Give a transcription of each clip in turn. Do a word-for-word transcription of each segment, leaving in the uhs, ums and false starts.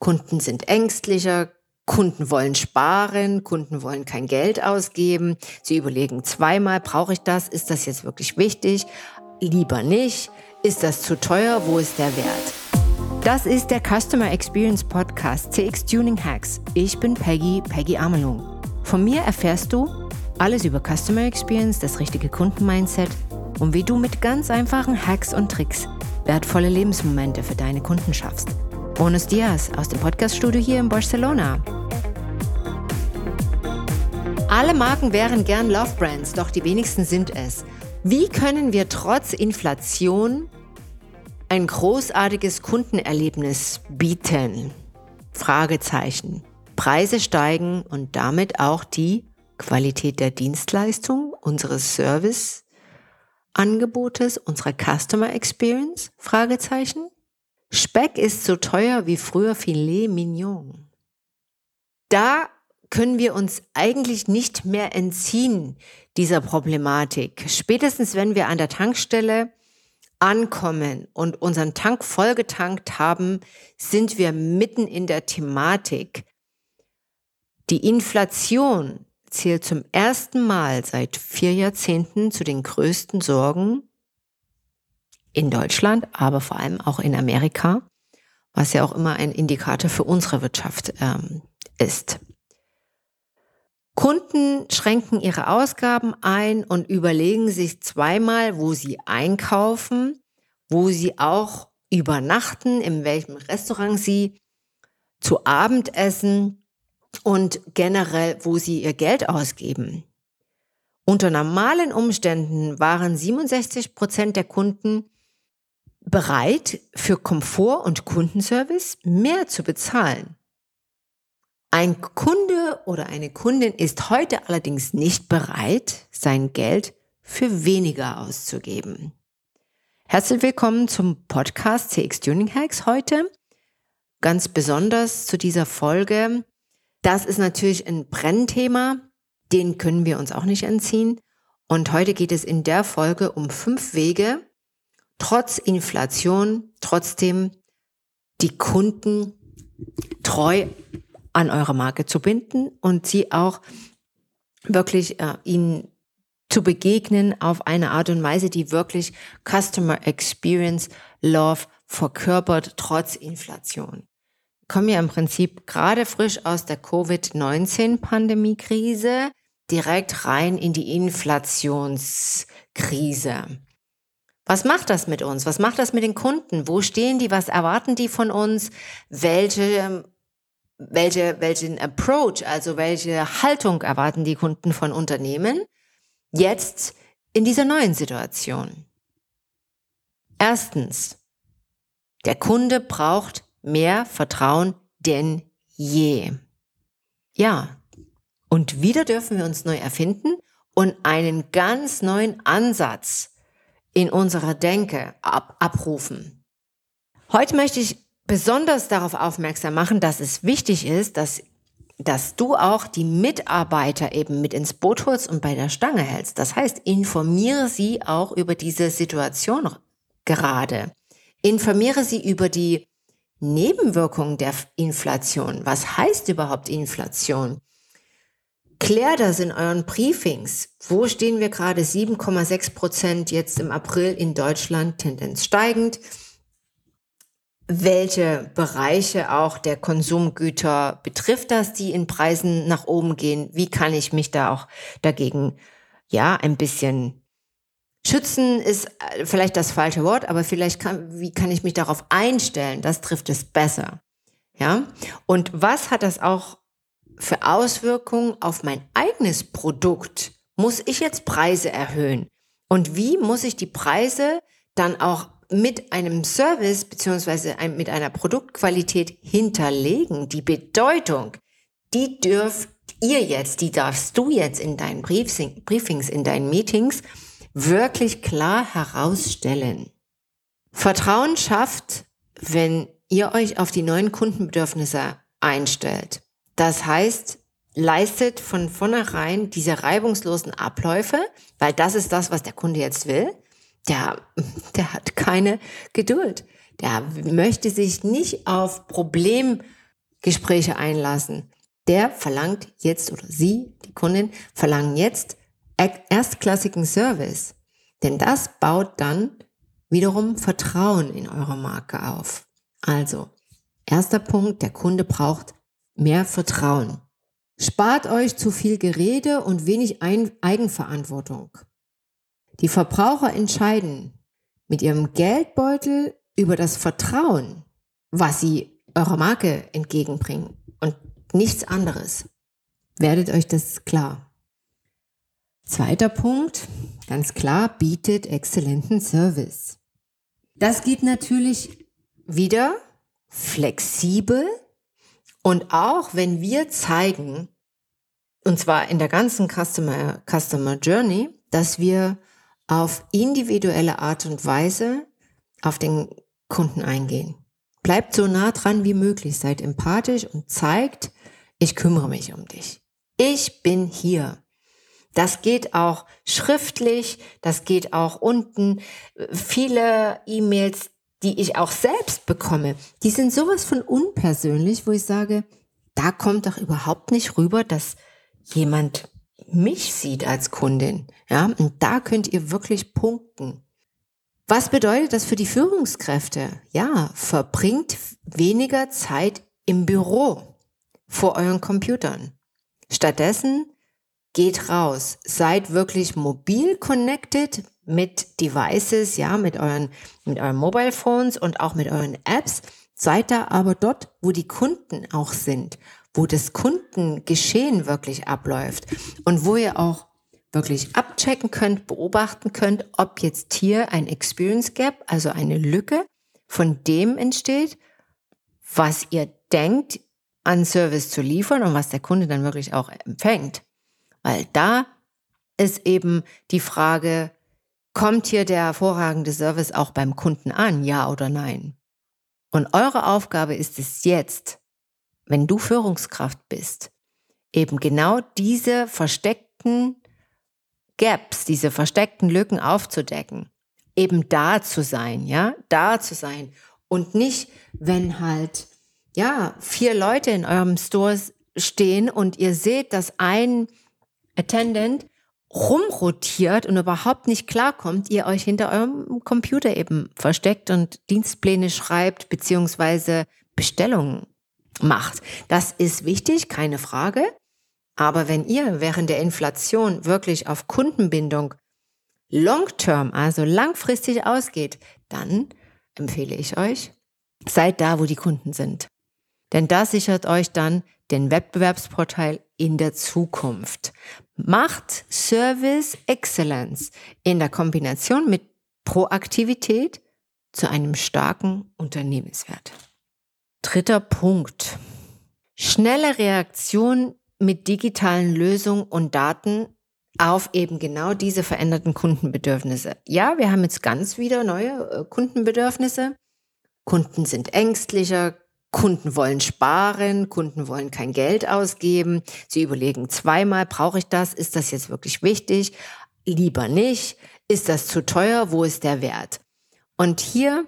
Kunden sind ängstlicher, Kunden wollen sparen, Kunden wollen kein Geld ausgeben. Sie überlegen zweimal, brauche ich das? Ist das jetzt wirklich wichtig? Lieber nicht. Ist das zu teuer? Wo ist der Wert? Das ist der Customer Experience Podcast C X Tuning Hacks. Ich bin Peggy, Peggy Amelung. Von mir erfährst du alles über Customer Experience, das richtige Kundenmindset und wie du mit ganz einfachen Hacks und Tricks wertvolle Lebensmomente für deine Kunden schaffst. Buenos dias aus dem Podcaststudio hier in Barcelona. Alle Marken wären gern Love Brands, doch die wenigsten sind es. Wie können wir trotz Inflation ein großartiges Kundenerlebnis bieten? Fragezeichen. Preise steigen und damit auch die Qualität der Dienstleistung, unseres Serviceangebotes, unserer Customer Experience? Fragezeichen. Speck ist so teuer wie früher Filet Mignon. Da können wir uns eigentlich nicht mehr entziehen dieser Problematik. Spätestens wenn wir an der Tankstelle ankommen und unseren Tank vollgetankt haben, sind wir mitten in der Thematik. Die Inflation zählt zum ersten Mal seit vier Jahrzehnten zu den größten Sorgen in Deutschland, aber vor allem auch in Amerika, was ja auch immer ein Indikator für unsere Wirtschaft ähm, ist. Kunden schränken ihre Ausgaben ein und überlegen sich zweimal, wo sie einkaufen, wo sie auch übernachten, in welchem Restaurant sie zu Abend essen und generell, wo sie ihr Geld ausgeben. Unter normalen Umständen waren siebenundsechzig Prozent der Kunden bereit, für Komfort und Kundenservice mehr zu bezahlen. Ein Kunde oder eine Kundin ist heute allerdings nicht bereit, sein Geld für weniger auszugeben. Herzlich willkommen zum Podcast C X Tuning Hacks heute. Ganz besonders zu dieser Folge. Das ist natürlich ein Brennthema, den können wir uns auch nicht entziehen. Und heute geht es in der Folge um fünf Wege, trotz Inflation trotzdem die Kunden treu an eure Marke zu binden und sie auch wirklich äh, ihnen zu begegnen auf eine Art und Weise, die wirklich Customer Experience Love verkörpert, trotz Inflation. Wir kommen ja im Prinzip gerade frisch aus der Covid neunzehn Pandemie-Krise direkt rein in die Inflationskrise. Was macht das mit uns? Was macht das mit den Kunden? Wo stehen die? Was erwarten die von uns? Welche Welche, welchen Approach, also welche Haltung erwarten die Kunden von Unternehmen jetzt in dieser neuen Situation? Erstens, der Kunde braucht mehr Vertrauen denn je. Ja, und wieder dürfen wir uns neu erfinden und einen ganz neuen Ansatz in unserer Denke ab- abrufen. Heute möchte ich besonders darauf aufmerksam machen, dass es wichtig ist, dass, dass du auch die Mitarbeiter eben mit ins Boot holst und bei der Stange hältst. Das heißt, informiere sie auch über diese Situation gerade. Informiere sie über die Nebenwirkungen der Inflation. Was heißt überhaupt Inflation? Klär das in euren Briefings. Wo stehen wir gerade? sieben Komma sechs Prozent jetzt im April in Deutschland, Tendenz steigend. Welche Bereiche auch der Konsumgüter betrifft das, die in Preisen nach oben gehen? Wie kann ich mich da auch dagegen, ja, ein bisschen schützen, ist vielleicht das falsche Wort, aber vielleicht kann, wie kann ich mich darauf einstellen? Das trifft es besser. Ja? Und was hat das auch für Auswirkungen auf mein eigenes Produkt? Muss ich jetzt Preise erhöhen? Und wie muss ich die Preise dann auch mit einem Service beziehungsweise mit einer Produktqualität hinterlegen? Die Bedeutung, die dürft ihr jetzt, die darfst du jetzt in deinen Briefings, in deinen Meetings wirklich klar herausstellen. Vertrauen schafft, wenn ihr euch auf die neuen Kundenbedürfnisse einstellt. Das heißt, leistet von vornherein diese reibungslosen Abläufe, weil das ist das, was der Kunde jetzt will. Der, der hat keine Geduld. Der möchte sich nicht auf Problem Gespräche einlassen, der verlangt jetzt oder sie, die Kundin, verlangen jetzt erstklassigen Service. Denn das baut dann wiederum Vertrauen in eure Marke auf. Also, erster Punkt, der Kunde braucht mehr Vertrauen. Spart euch zu viel Gerede und wenig Ein- Eigenverantwortung. Die Verbraucher entscheiden mit ihrem Geldbeutel über das Vertrauen, was sie eurer Marke entgegenbringen und nichts anderes. Werdet euch das klar. Zweiter Punkt, ganz klar, bietet exzellenten Service. Das geht natürlich wieder flexibel und auch wenn wir zeigen, und zwar in der ganzen Customer, Customer Journey, dass wir auf individuelle Art und Weise auf den Kunden eingehen. Bleibt so nah dran wie möglich, seid empathisch und zeigt, ich kümmere mich um dich. Ich bin hier. Das geht auch schriftlich, das geht auch unten. Viele E-Mails, die ich auch selbst bekomme, die sind sowas von unpersönlich, wo ich sage, da kommt doch überhaupt nicht rüber, dass jemand mich sieht als Kundin. Ja, und da könnt ihr wirklich punkten. Was bedeutet das für die Führungskräfte? Ja, verbringt weniger Zeit im Büro vor euren Computern. Stattdessen geht raus, seid wirklich mobil connected mit Devices, ja, mit euren, mit euren Mobile Phones und auch mit euren Apps. Seid da aber dort, wo die Kunden auch sind, wo das Kundengeschehen wirklich abläuft und wo ihr auch wirklich abchecken könnt, beobachten könnt, ob jetzt hier ein Experience Gap, also eine Lücke von dem entsteht, was ihr denkt, an Service zu liefern und was der Kunde dann wirklich auch empfängt. Weil da ist eben die Frage, kommt hier der hervorragende Service auch beim Kunden an, ja oder nein? Und eure Aufgabe ist es jetzt, wenn du Führungskraft bist, eben genau diese versteckten Gaps, diese versteckten Lücken aufzudecken, eben da zu sein, ja, da zu sein und nicht, wenn halt, ja, vier Leute in eurem Store stehen und ihr seht, dass ein Attendant rumrotiert und überhaupt nicht klarkommt, ihr euch hinter eurem Computer eben versteckt und Dienstpläne schreibt beziehungsweise Bestellungen macht. Das ist wichtig, keine Frage. Aber wenn ihr während der Inflation wirklich auf Kundenbindung long-term, also langfristig ausgeht, dann empfehle ich euch, seid da, wo die Kunden sind. Denn das sichert euch dann den Wettbewerbsvorteil in der Zukunft. Macht Service Excellence in der Kombination mit Proaktivität zu einem starken Unternehmenswert. Dritter Punkt. Schnelle Reaktion mit digitalen Lösungen und Daten auf eben genau diese veränderten Kundenbedürfnisse. Ja, wir haben jetzt ganz wieder neue Kundenbedürfnisse. Kunden sind ängstlicher, Kunden wollen sparen, Kunden wollen kein Geld ausgeben. Sie überlegen zweimal, brauche ich das? Ist das jetzt wirklich wichtig? Lieber nicht. Ist das zu teuer? Wo ist der Wert? Und hier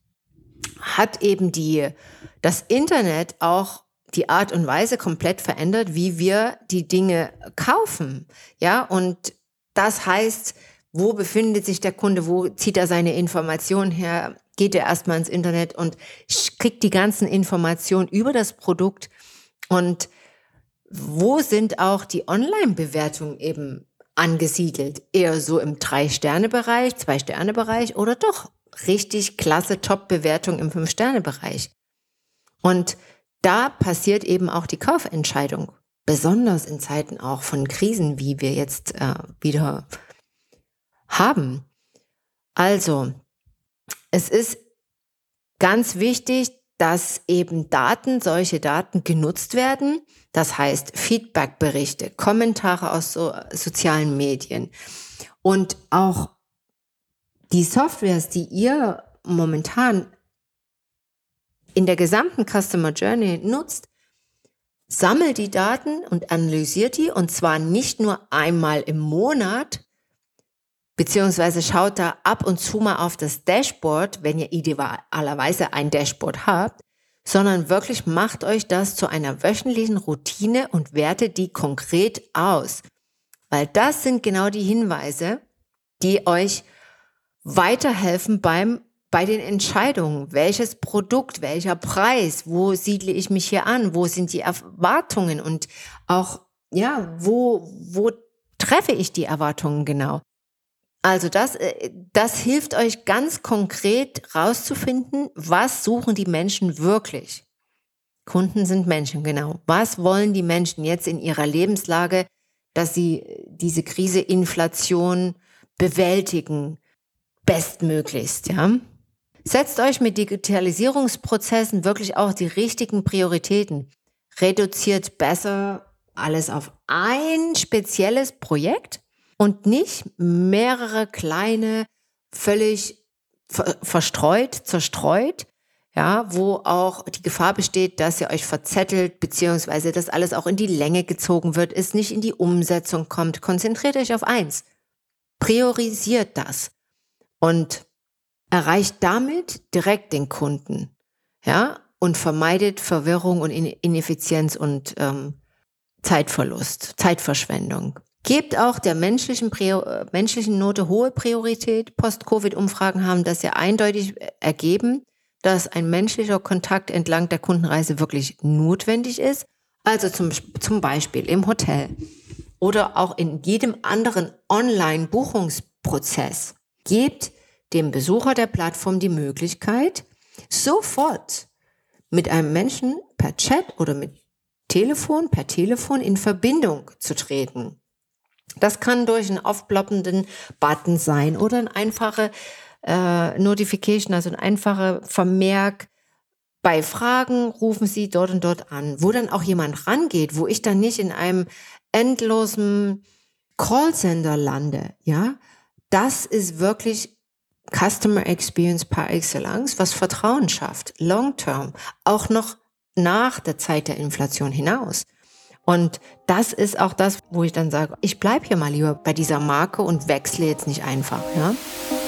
hat eben die, das Internet auch die Art und Weise komplett verändert, wie wir die Dinge kaufen. Ja, und das heißt, wo befindet sich der Kunde? Wo zieht er seine Informationen her? Geht er erstmal ins Internet und kriegt die ganzen Informationen über das Produkt? Und wo sind auch die Online-Bewertungen eben angesiedelt? Eher so im Drei-Sterne-Bereich, Zwei-Sterne-Bereich oder doch richtig klasse Top-Bewertung im Fünf-Sterne-Bereich? Und da passiert eben auch die Kaufentscheidung, besonders in Zeiten auch von Krisen, wie wir jetzt äh, wieder haben. Also, es ist ganz wichtig, dass eben Daten, solche Daten genutzt werden. Das heißt Feedbackberichte, Kommentare aus so, sozialen Medien und auch die Softwares, die ihr momentan in der gesamten Customer Journey nutzt, sammelt die Daten und analysiert die und zwar nicht nur einmal im Monat, beziehungsweise schaut da ab und zu mal auf das Dashboard, wenn ihr idealerweise ein Dashboard habt, sondern wirklich macht euch das zu einer wöchentlichen Routine und wertet die konkret aus. Weil das sind genau die Hinweise, die euch weiterhelfen beim, bei den Entscheidungen. Welches Produkt, welcher Preis, wo siedle ich mich hier an, wo sind die Erwartungen und auch, ja, wo, wo treffe ich die Erwartungen genau? Also das, das hilft euch ganz konkret rauszufinden, was suchen die Menschen wirklich. Kunden sind Menschen, genau. Was wollen die Menschen jetzt in ihrer Lebenslage, dass sie diese Krise Inflation bewältigen, bestmöglichst, ja? Setzt euch mit Digitalisierungsprozessen wirklich auch die richtigen Prioritäten. Reduziert besser alles auf ein spezielles Projekt und nicht mehrere kleine, völlig ver- verstreut, zerstreut, ja, wo auch die Gefahr besteht, dass ihr euch verzettelt, beziehungsweise dass alles auch in die Länge gezogen wird, es nicht in die Umsetzung kommt. Konzentriert euch auf eins. Priorisiert das und erreicht damit direkt den Kunden, ja, und vermeidet Verwirrung und Ineffizienz und ähm, Zeitverlust, Zeitverschwendung. Gebt auch der menschlichen, Prior- menschlichen Note hohe Priorität. Post-Covid-Umfragen haben das ja eindeutig ergeben, dass ein menschlicher Kontakt entlang der Kundenreise wirklich notwendig ist. Also zum, zum Beispiel im Hotel oder auch in jedem anderen Online-Buchungsprozess. Gebt dem Besucher der Plattform die Möglichkeit, sofort mit einem Menschen per Chat oder mit Telefon, per Telefon in Verbindung zu treten. Das kann durch einen aufploppenden Button sein oder ein einfache äh, Notification, also ein einfacher Vermerk. Bei Fragen rufen Sie dort und dort an, wo dann auch jemand rangeht, wo ich dann nicht in einem endlosen Callcenter lande. Ja, das ist wirklich Customer Experience par excellence, was Vertrauen schafft, long term, auch noch nach der Zeit der Inflation hinaus. Und das ist auch das, wo ich dann sage, ich bleibe hier mal lieber bei dieser Marke und wechsle jetzt nicht einfach. Ja?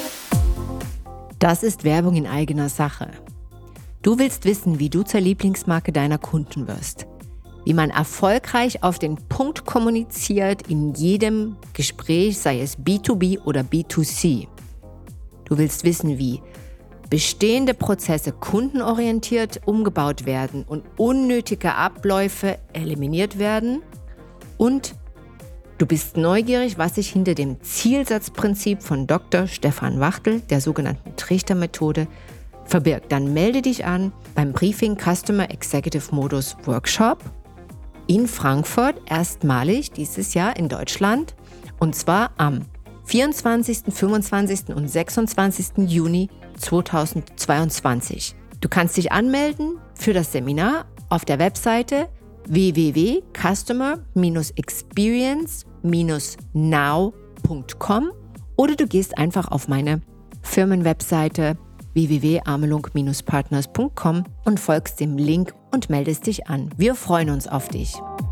Das ist Werbung in eigener Sache. Du willst wissen, wie du zur Lieblingsmarke deiner Kunden wirst. Wie man erfolgreich auf den Punkt kommuniziert in jedem Gespräch, sei es B zwei B oder B zwei C. Du willst wissen, wie bestehende Prozesse kundenorientiert umgebaut werden und unnötige Abläufe eliminiert werden. Und du bist neugierig, was sich hinter dem Zielsatzprinzip von Doktor Stefan Wachtel, der sogenannten Trichter-Methode, verbirgt. Dann melde dich an beim Briefing Customer Executive Modus Workshop in Frankfurt, erstmalig dieses Jahr in Deutschland, und zwar am vierundzwanzigsten, fünfundzwanzigsten und sechsundzwanzigsten Juni zweitausendzweiundzwanzig. Du kannst dich anmelden für das Seminar auf der Webseite w w w punkt customer experience now punkt com oder du gehst einfach auf meine Firmenwebseite w w w punkt amelung partners punkt com und folgst dem Link und meldest dich an. Wir freuen uns auf dich.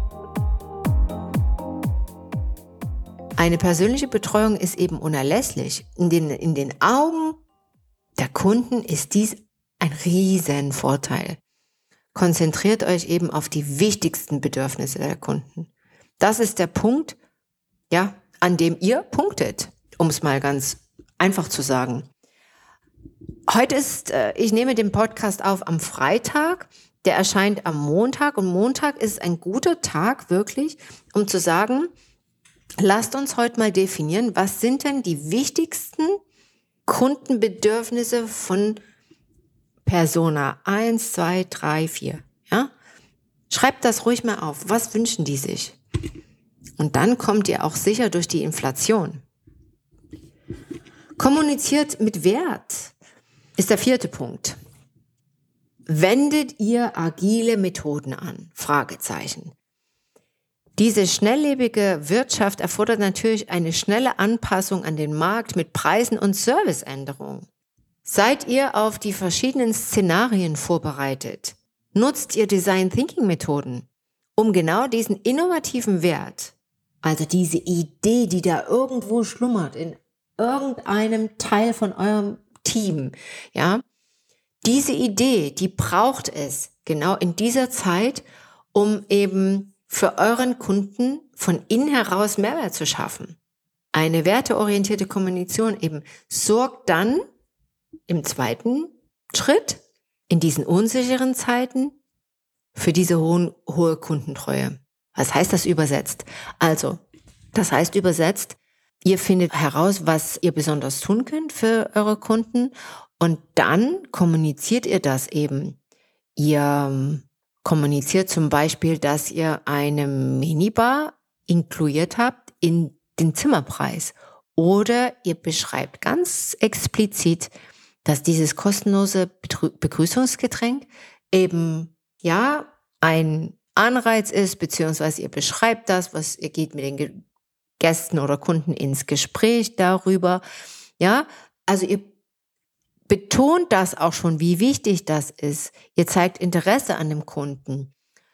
Eine persönliche Betreuung ist eben unerlässlich. In den, in den Augen der Kunden ist dies ein Riesenvorteil. Konzentriert euch eben auf die wichtigsten Bedürfnisse der Kunden. Das ist der Punkt, ja, an dem ihr punktet, um es mal ganz einfach zu sagen. Heute ist, äh, ich nehme den Podcast auf am Freitag, der erscheint am Montag und Montag ist ein guter Tag wirklich, um zu sagen, lasst uns heute mal definieren, was sind denn die wichtigsten Kundenbedürfnisse von Persona eins, zwei, drei, vier. Ja? Schreibt das ruhig mal auf. Was wünschen die sich? Und dann kommt ihr auch sicher durch die Inflation. Kommuniziert mit Wert ist der vierte Punkt. Wendet ihr agile Methoden an? Fragezeichen. Diese schnelllebige Wirtschaft erfordert natürlich eine schnelle Anpassung an den Markt mit Preisen und Serviceänderungen. Seid ihr auf die verschiedenen Szenarien vorbereitet? Nutzt ihr Design Thinking Methoden, um genau diesen innovativen Wert, also diese Idee, die da irgendwo schlummert in irgendeinem Teil von eurem Team, ja, diese Idee, die braucht es genau in dieser Zeit, um eben für euren Kunden von innen heraus Mehrwert zu schaffen. Eine werteorientierte Kommunikation eben sorgt dann im zweiten Schritt in diesen unsicheren Zeiten für diese hohen, hohe Kundentreue. Was heißt das übersetzt? Also, das heißt übersetzt, ihr findet heraus, was ihr besonders tun könnt für eure Kunden und dann kommuniziert ihr das eben. Ihr ähm, kommuniziert zum Beispiel, dass ihr eine Minibar inkludiert habt in den Zimmerpreis. Oder ihr beschreibt ganz explizit, dass dieses kostenlose Begrüßungsgetränk eben, ja, ein Anreiz ist, beziehungsweise ihr beschreibt das, was ihr geht mit den Gästen oder Kunden ins Gespräch darüber. Ja, also ihr betont das auch schon, wie wichtig das ist. Ihr zeigt Interesse an dem Kunden.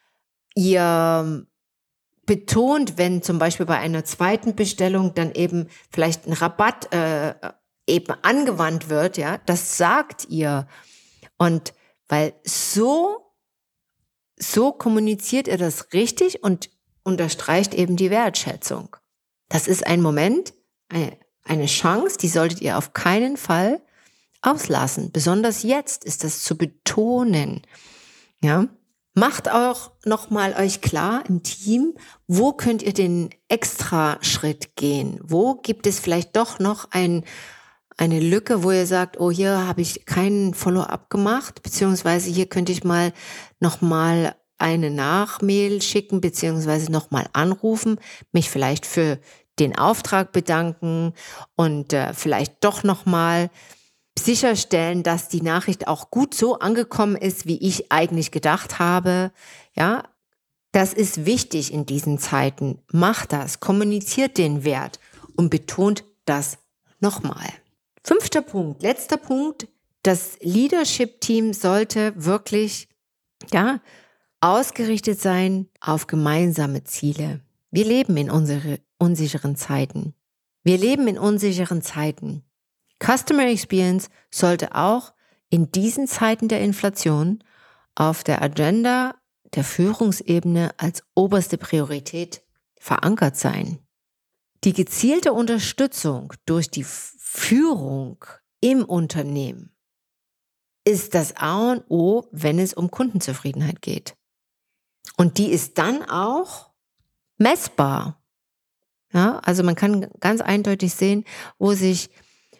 Ihr betont, wenn zum Beispiel bei einer zweiten Bestellung dann eben vielleicht ein Rabatt äh, eben angewandt wird, ja, das sagt ihr. Und weil so, so kommuniziert ihr das richtig und unterstreicht eben die Wertschätzung. Das ist ein Moment, eine, eine Chance, die solltet ihr auf keinen Fall auslassen. Besonders jetzt ist das zu betonen. Ja, macht auch nochmal euch klar im Team, wo könnt ihr den Extra-Schritt gehen? Wo gibt es vielleicht doch noch ein, eine Lücke, wo ihr sagt, oh, hier habe ich keinen Follow-up gemacht, beziehungsweise hier könnte ich mal nochmal eine Nachmail schicken, beziehungsweise nochmal anrufen, mich vielleicht für den Auftrag bedanken und äh, vielleicht doch nochmal sicherstellen, dass die Nachricht auch gut so angekommen ist, wie ich eigentlich gedacht habe. Ja, das ist wichtig in diesen Zeiten. Macht das, kommuniziert den Wert und betont das nochmal. Fünfter Punkt, letzter Punkt. Das Leadership-Team sollte wirklich, ja, ausgerichtet sein auf gemeinsame Ziele. Wir leben in unsere unsicheren Zeiten. Wir leben in unsicheren Zeiten. Customer Experience sollte auch in diesen Zeiten der Inflation auf der Agenda der Führungsebene als oberste Priorität verankert sein. Die gezielte Unterstützung durch die Führung im Unternehmen ist das A und O, wenn es um Kundenzufriedenheit geht. Und die ist dann auch messbar. Ja, also man kann ganz eindeutig sehen, wo sich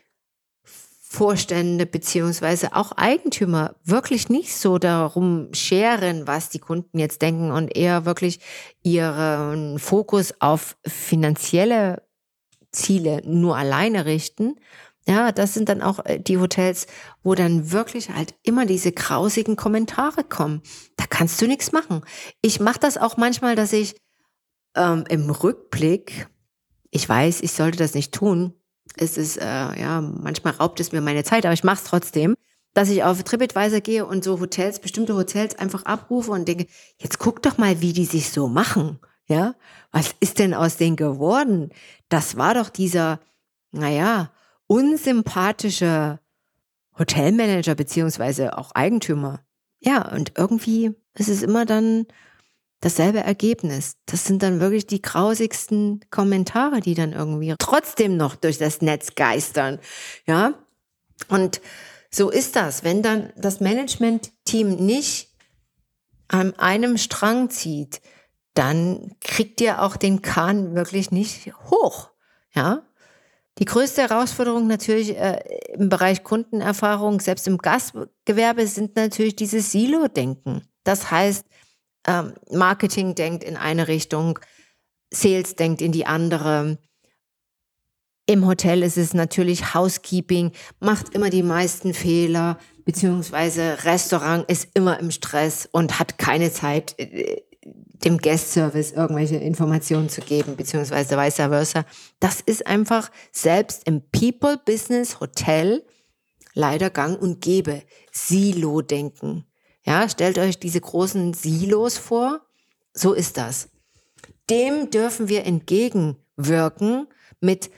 Vorstände beziehungsweise auch Eigentümer wirklich nicht so darum scheren, was die Kunden jetzt denken und eher wirklich ihren Fokus auf finanzielle Ziele nur alleine richten. Ja, das sind dann auch die Hotels, wo dann wirklich halt immer diese grausigen Kommentare kommen. Da kannst du nichts machen. Ich mache das auch manchmal, dass ich ähm, im Rückblick, ich weiß, ich sollte das nicht tun, es ist, äh, ja, manchmal raubt es mir meine Zeit, aber ich mache es trotzdem, dass ich auf TripAdvisor gehe und so Hotels, bestimmte Hotels einfach abrufe und denke, jetzt guck doch mal, wie die sich so machen, ja? Was ist denn aus denen geworden? Das war doch dieser, naja, unsympathische Hotelmanager beziehungsweise auch Eigentümer. Ja, und irgendwie ist es immer dann dasselbe Ergebnis. Das sind dann wirklich die grausigsten Kommentare, die dann irgendwie trotzdem noch durch das Netz geistern. Ja, und so ist das. Wenn dann das Management-Team nicht an einem Strang zieht, dann kriegt ihr auch den Kahn wirklich nicht hoch. Ja, die größte Herausforderung natürlich äh, im Bereich Kundenerfahrung, selbst im Gastgewerbe, sind natürlich dieses Silo-Denken. Das heißt, Ähm, Marketing denkt in eine Richtung, Sales denkt in die andere. Im Hotel ist es natürlich Housekeeping, macht immer die meisten Fehler, beziehungsweise Restaurant ist immer im Stress und hat keine Zeit, äh, dem Guest-Service irgendwelche Informationen zu geben, beziehungsweise vice versa. Das ist einfach selbst im People-Business Hotel leider gang und gäbe. Silo-Denken. Ja, stellt euch diese großen Silos vor. So ist das. Dem dürfen wir entgegenwirken mit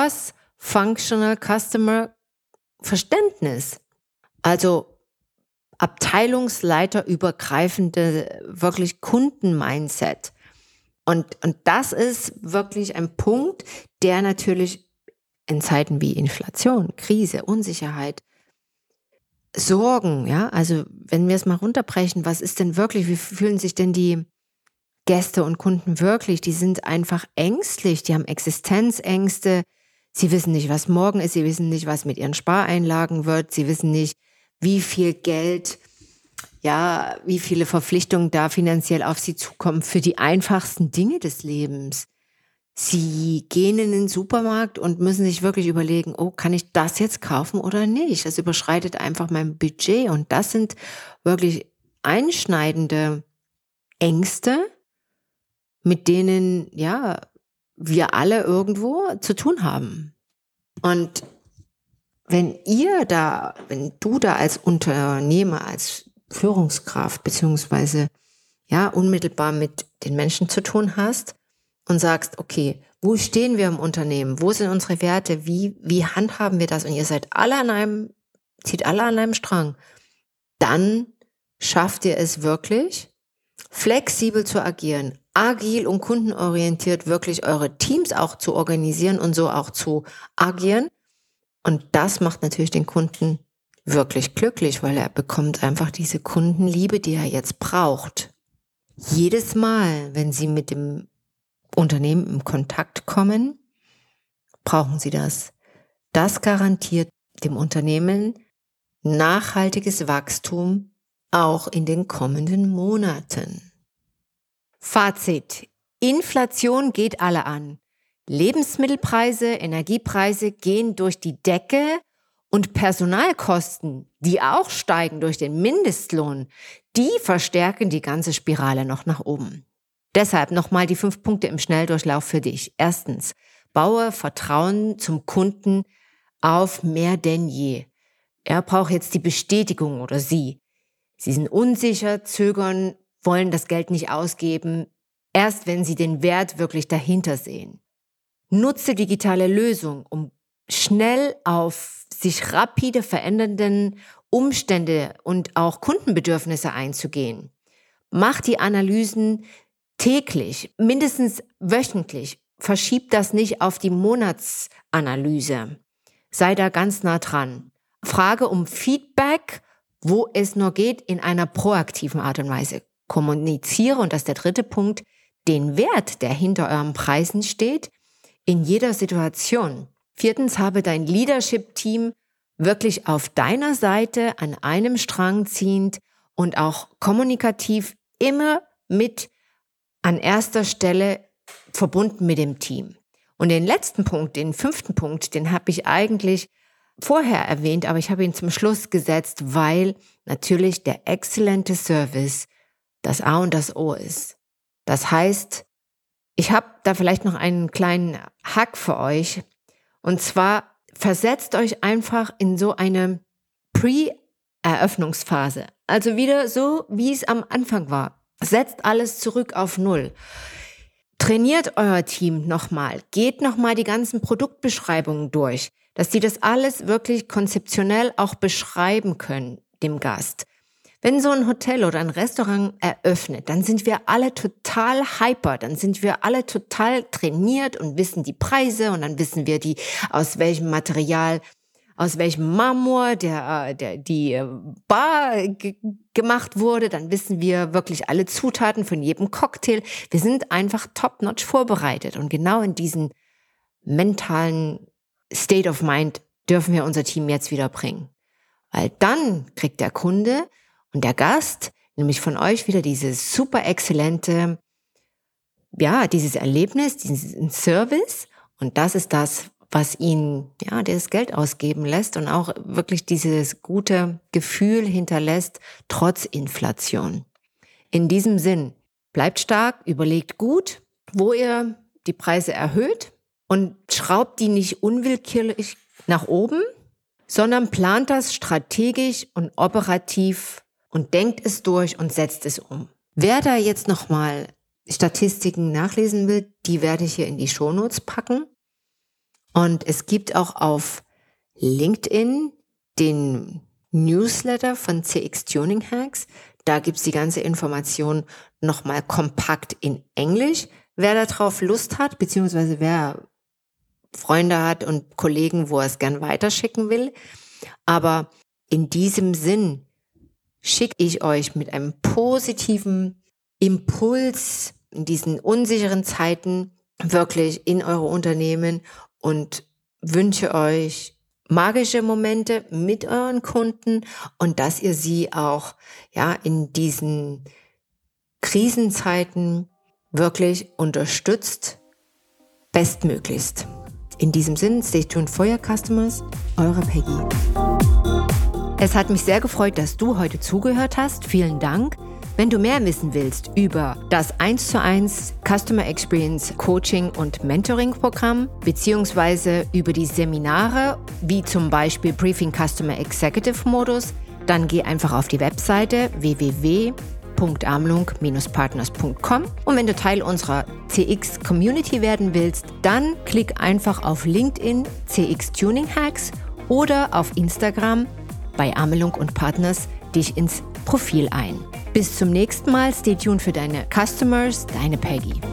Cross-Functional Customer Verständnis. Also abteilungsleiterübergreifende, wirklich Kunden-Mindset. Und, und das ist wirklich ein Punkt, der natürlich in Zeiten wie Inflation, Krise, Unsicherheit, Sorgen, ja, also wenn wir es mal runterbrechen, was ist denn wirklich, wie fühlen sich denn die Gäste und Kunden wirklich? Die sind einfach ängstlich, die haben Existenzängste, sie wissen nicht, was morgen ist, sie wissen nicht, was mit ihren Spareinlagen wird, sie wissen nicht, wie viel Geld, ja, wie viele Verpflichtungen da finanziell auf sie zukommen für die einfachsten Dinge des Lebens. Sie gehen in den Supermarkt und müssen sich wirklich überlegen, oh, kann ich das jetzt kaufen oder nicht? Das überschreitet einfach mein Budget und das sind wirklich einschneidende Ängste, mit denen, ja, wir alle irgendwo zu tun haben. Und wenn ihr da, wenn du da als Unternehmer, als Führungskraft beziehungsweise ja unmittelbar mit den Menschen zu tun hast und sagst, okay, wo stehen wir im Unternehmen? Wo sind unsere Werte? Wie, wie handhaben wir das? Und ihr seid alle an einem, zieht alle an einem Strang. Dann schafft ihr es wirklich, flexibel zu agieren, agil und kundenorientiert wirklich eure Teams auch zu organisieren und so auch zu agieren. Und das macht natürlich den Kunden wirklich glücklich, weil er bekommt einfach diese Kundenliebe, die er jetzt braucht. Jedes Mal, wenn Sie mit dem Unternehmen in Kontakt kommen, brauchen Sie das. Das garantiert dem Unternehmen nachhaltiges Wachstum auch in den kommenden Monaten. Fazit: Inflation geht alle an. Lebensmittelpreise, Energiepreise gehen durch die Decke und Personalkosten, die auch steigen durch den Mindestlohn, die verstärken die ganze Spirale noch nach oben. Deshalb nochmal die fünf Punkte im Schnelldurchlauf für dich. Erstens, baue Vertrauen zum Kunden auf mehr denn je. Er braucht jetzt die Bestätigung oder sie. Sie sind unsicher, zögern, wollen das Geld nicht ausgeben, erst wenn sie den Wert wirklich dahinter sehen. Nutze digitale Lösungen, um schnell auf sich rapide verändernden Umstände und auch Kundenbedürfnisse einzugehen. Mach die Analysen täglich, mindestens wöchentlich. Verschieb das nicht auf die Monatsanalyse. Sei da ganz nah dran. Frage um Feedback, wo es nur geht, in einer proaktiven Art und Weise. Kommuniziere, und das ist der dritte Punkt, den Wert, der hinter euren Preisen steht, in jeder Situation. Viertens, habe dein Leadership-Team wirklich auf deiner Seite, an einem Strang ziehend und auch kommunikativ immer mit an erster Stelle verbunden mit dem Team. Und den letzten Punkt, den fünften Punkt, den habe ich eigentlich vorher erwähnt, aber ich habe ihn zum Schluss gesetzt, weil natürlich der exzellente Service das A und das O ist. Das heißt, ich habe da vielleicht noch einen kleinen Hack für euch. Und zwar versetzt euch einfach in so eine Pre-Eröffnungsphase. Also wieder so, wie es am Anfang war. Setzt alles zurück auf Null. Trainiert euer Team nochmal. Geht nochmal die ganzen Produktbeschreibungen durch, dass die das alles wirklich konzeptionell auch beschreiben können, dem Gast. Wenn so ein Hotel oder ein Restaurant eröffnet, dann sind wir alle total hyper, dann sind wir alle total trainiert und wissen die Preise und dann wissen wir die, aus welchem Material, aus welchem Marmor der, der, die Bar g- gemacht wurde, dann wissen wir wirklich alle Zutaten von jedem Cocktail. Wir sind einfach top-notch vorbereitet und genau in diesen mentalen State of Mind dürfen wir unser Team jetzt wieder bringen. Weil dann kriegt der Kunde und der Gast nämlich von euch wieder dieses super exzellente, ja, dieses Erlebnis, diesen Service. Und das ist das, was ihn, ja, das Geld ausgeben lässt und auch wirklich dieses gute Gefühl hinterlässt, trotz Inflation. In diesem Sinn, bleibt stark, überlegt gut, wo ihr die Preise erhöht und schraubt die nicht unwillkürlich nach oben, sondern plant das strategisch und operativ und denkt es durch und setzt es um. Wer da jetzt nochmal Statistiken nachlesen will, die werde ich hier in die Shownotes packen. Und es gibt auch auf LinkedIn den Newsletter von C X Tuning Hacks. Da gibt es die ganze Information nochmal kompakt in Englisch. Wer darauf Lust hat, beziehungsweise wer Freunde hat und Kollegen, wo er es gern weiterschicken will. Aber in diesem Sinn schicke ich euch mit einem positiven Impuls in diesen unsicheren Zeiten wirklich in eure Unternehmen und wünsche euch magische Momente mit euren Kunden und dass ihr sie auch ja in diesen Krisenzeiten wirklich unterstützt, bestmöglichst. In diesem Sinn, stay tuned for your customers, eure Peggy. Es hat mich sehr gefreut, dass du heute zugehört hast. Vielen Dank. Wenn du mehr wissen willst über das eins zu eins Customer Experience Coaching und Mentoring Programm beziehungsweise über die Seminare wie zum Beispiel Briefing Customer Executive Modus, dann geh einfach auf die Webseite w w w punkt amlung Bindestrich partners punkt com und wenn du Teil unserer C X Community werden willst, dann klick einfach auf LinkedIn C X Tuning Hacks oder auf Instagram bei Amelung und Partners dich ins Profil ein. Bis zum nächsten Mal, stay tuned für deine Customers, deine Peggy.